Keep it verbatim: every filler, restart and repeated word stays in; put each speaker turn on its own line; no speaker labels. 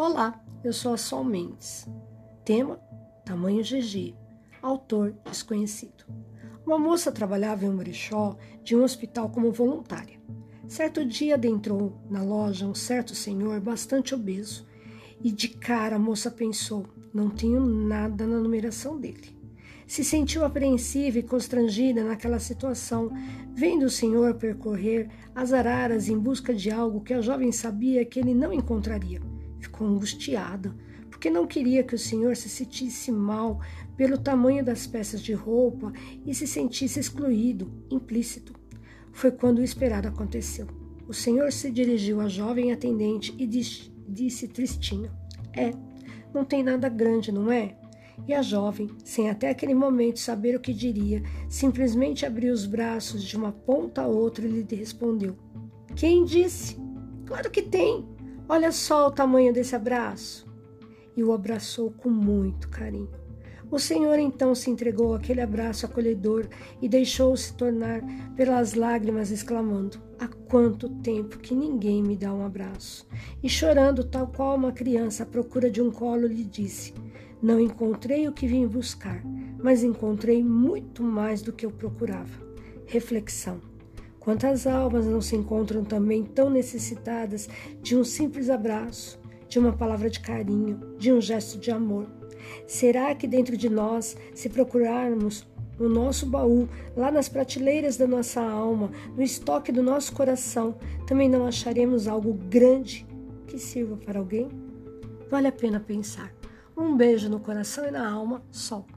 Olá, eu sou a Sol Mendes. Tema: tamanho G G. Autor desconhecido. Uma moça trabalhava em um brechó de um hospital como voluntária. Certo dia adentrou na loja um certo senhor bastante obeso e de cara a moça pensou: não tenho nada na numeração dele. Se sentiu apreensiva e constrangida naquela situação, vendo o senhor percorrer as araras em busca de algo que a jovem sabia que ele não encontraria. Ficou angustiada, porque não queria que o senhor se sentisse mal pelo tamanho das peças de roupa e se sentisse excluído, implícito. Foi quando o esperado aconteceu. O senhor se dirigiu à jovem atendente e disse, disse tristinho: É, não tem nada grande, não é? E a jovem, sem até aquele momento saber o que diria, simplesmente abriu os braços de uma ponta a outra e lhe respondeu: Quem disse? Claro que tem! Olha só o tamanho desse abraço. E o abraçou com muito carinho. O senhor então se entregou àquele abraço acolhedor e deixou-se tornar pelas lágrimas, exclamando: há quanto tempo que ninguém me dá um abraço. E chorando, tal qual uma criança à procura de um colo, lhe disse: não encontrei o que vim buscar, mas encontrei muito mais do que eu procurava. Reflexão: quantas almas não se encontram também tão necessitadas de um simples abraço, de uma palavra de carinho, de um gesto de amor? Será que dentro de nós, se procurarmos no nosso baú, lá nas prateleiras da nossa alma, no estoque do nosso coração, também não acharemos algo grande que sirva para alguém? Vale a pena pensar. Um beijo no coração e na alma, Sol.